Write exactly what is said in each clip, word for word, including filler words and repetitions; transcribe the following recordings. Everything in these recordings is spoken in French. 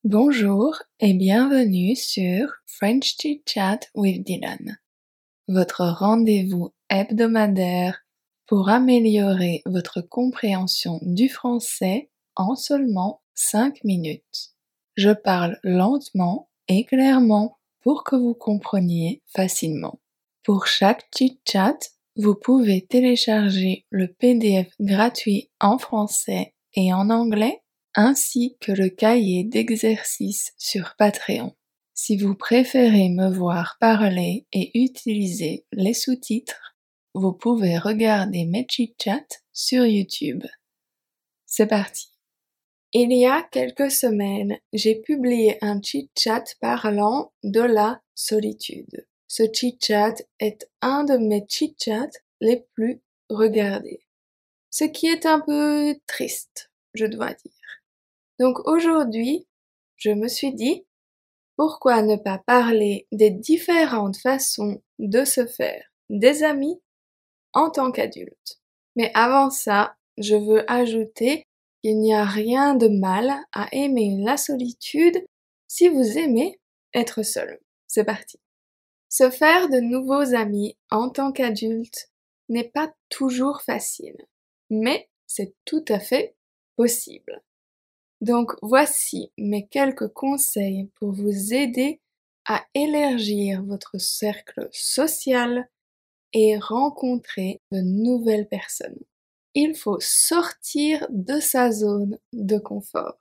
Bonjour et bienvenue sur French Chit Chat with Dylan, votre rendez-vous hebdomadaire pour améliorer votre compréhension du français en seulement cinq minutes. Je parle lentement et clairement pour que vous compreniez facilement. Pour chaque Chit Chat, vous pouvez télécharger le P D F gratuit en français et en anglais ainsi que le cahier d'exercices sur Patreon. Si vous préférez me voir parler et utiliser les sous-titres, vous pouvez regarder mes chit-chats sur YouTube. C'est parti! Il y a quelques semaines, j'ai publié un chit-chat parlant de la solitude. Ce chit-chat est un de mes chit-chats les plus regardés. Ce qui est un peu triste, je dois dire. Donc aujourd'hui, je me suis dit, pourquoi ne pas parler des différentes façons de se faire des amis en tant qu'adulte? Mais avant ça, je veux ajouter qu'il n'y a rien de mal à aimer la solitude si vous aimez être seul. C'est parti. Se faire de nouveaux amis en tant qu'adulte n'est pas toujours facile, mais c'est tout à fait possible. Donc voici mes quelques conseils pour vous aider à élargir votre cercle social et rencontrer de nouvelles personnes. Il faut sortir de sa zone de confort.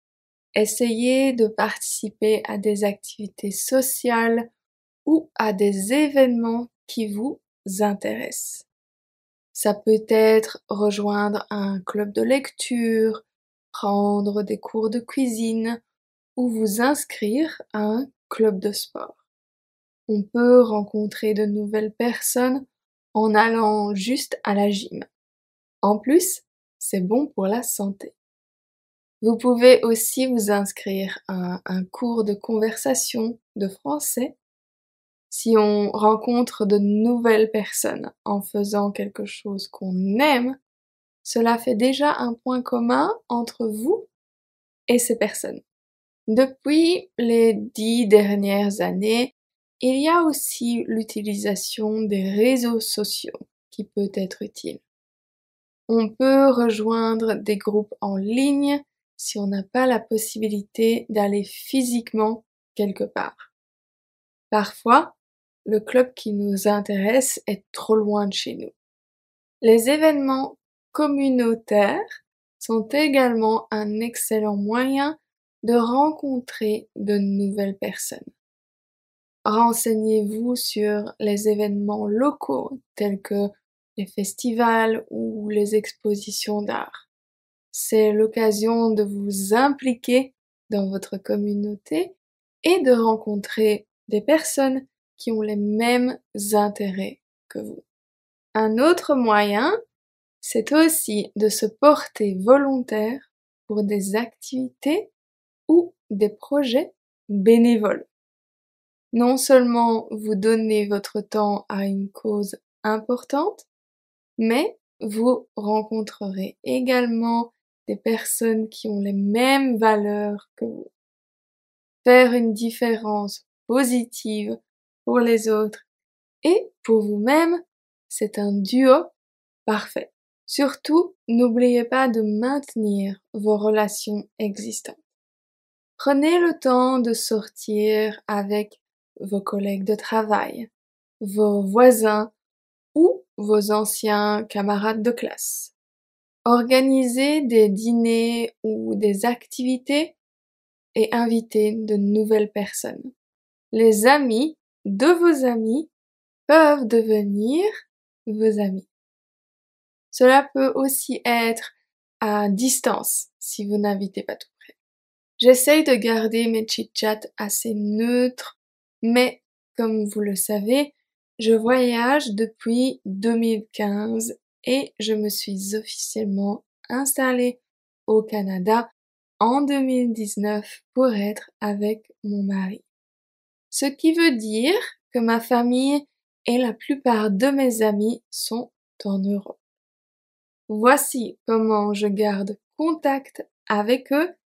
Essayez de participer à des activités sociales ou à des événements qui vous intéressent. Ça peut être rejoindre un club de lecture, prendre des cours de cuisine ou vous inscrire à un club de sport. On peut rencontrer de nouvelles personnes en allant juste à la gym. En plus, c'est bon pour la santé. Vous pouvez aussi vous inscrire à un cours de conversation de français. Si on rencontre de nouvelles personnes en faisant quelque chose qu'on aime, cela fait déjà un point commun entre vous et ces personnes. Depuis les dix dernières années, il y a aussi l'utilisation des réseaux sociaux qui peut être utile. On peut rejoindre des groupes en ligne si on n'a pas la possibilité d'aller physiquement quelque part. Parfois, le club qui nous intéresse est trop loin de chez nous. Les événements communautaires sont également un excellent moyen de rencontrer de nouvelles personnes. Renseignez-vous sur les événements locaux tels que les festivals ou les expositions d'art. C'est l'occasion de vous impliquer dans votre communauté et de rencontrer des personnes qui ont les mêmes intérêts que vous. Un autre moyen, c'est aussi de se porter volontaire pour des activités ou des projets bénévoles. Non seulement vous donnez votre temps à une cause importante, mais vous rencontrerez également des personnes qui ont les mêmes valeurs que vous. Faire une différence positive pour les autres et pour vous-même, c'est un duo parfait. Surtout, n'oubliez pas de maintenir vos relations existantes. Prenez le temps de sortir avec vos collègues de travail, vos voisins ou vos anciens camarades de classe. Organisez des dîners ou des activités et invitez de nouvelles personnes. Les amis de vos amis peuvent devenir vos amis. Cela peut aussi être à distance si vous n'invitez pas tout près. J'essaye de garder mes chit-chats assez neutres, mais comme vous le savez, je voyage depuis deux mille quinze et je me suis officiellement installée au Canada en deux mille dix-neuf pour être avec mon mari. Ce qui veut dire que ma famille et la plupart de mes amis sont en Europe. Voici comment je garde contact avec eux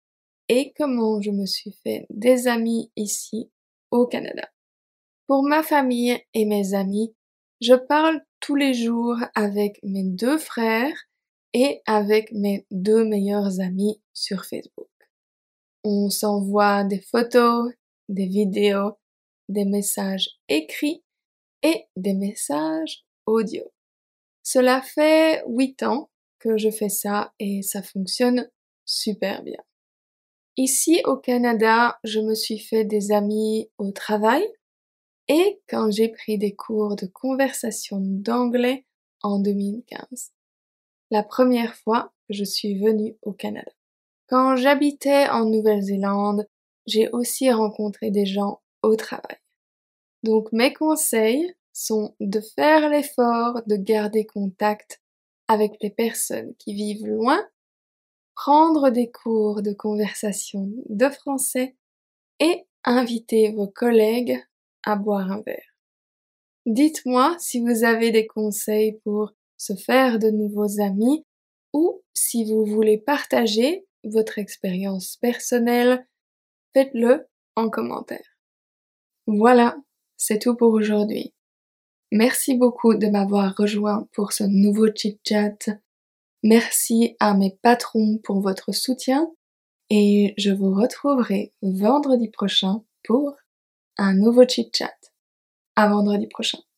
et comment je me suis fait des amis ici au Canada. Pour ma famille et mes amis, je parle tous les jours avec mes deux frères et avec mes deux meilleurs amis sur Facebook. On s'envoie des photos, des vidéos, des messages écrits et des messages audio. Cela fait huit ans que je fais ça et ça fonctionne super bien. Ici au Canada, je me suis fait des amis au travail et quand j'ai pris des cours de conversation d'anglais en deux mille quinze. La première fois que je suis venue au Canada. Quand j'habitais en Nouvelle-Zélande, j'ai aussi rencontré des gens au travail. Donc mes conseils sont de faire l'effort de garder contact avec les personnes qui vivent loin, prendre des cours de conversation de français et inviter vos collègues à boire un verre. Dites-moi si vous avez des conseils pour se faire de nouveaux amis ou si vous voulez partager votre expérience personnelle, faites-le en commentaire. Voilà, c'est tout pour aujourd'hui. Merci beaucoup de m'avoir rejoint pour ce nouveau chit-chat. Merci à mes patrons pour votre soutien et je vous retrouverai vendredi prochain pour un nouveau chit-chat. À vendredi prochain.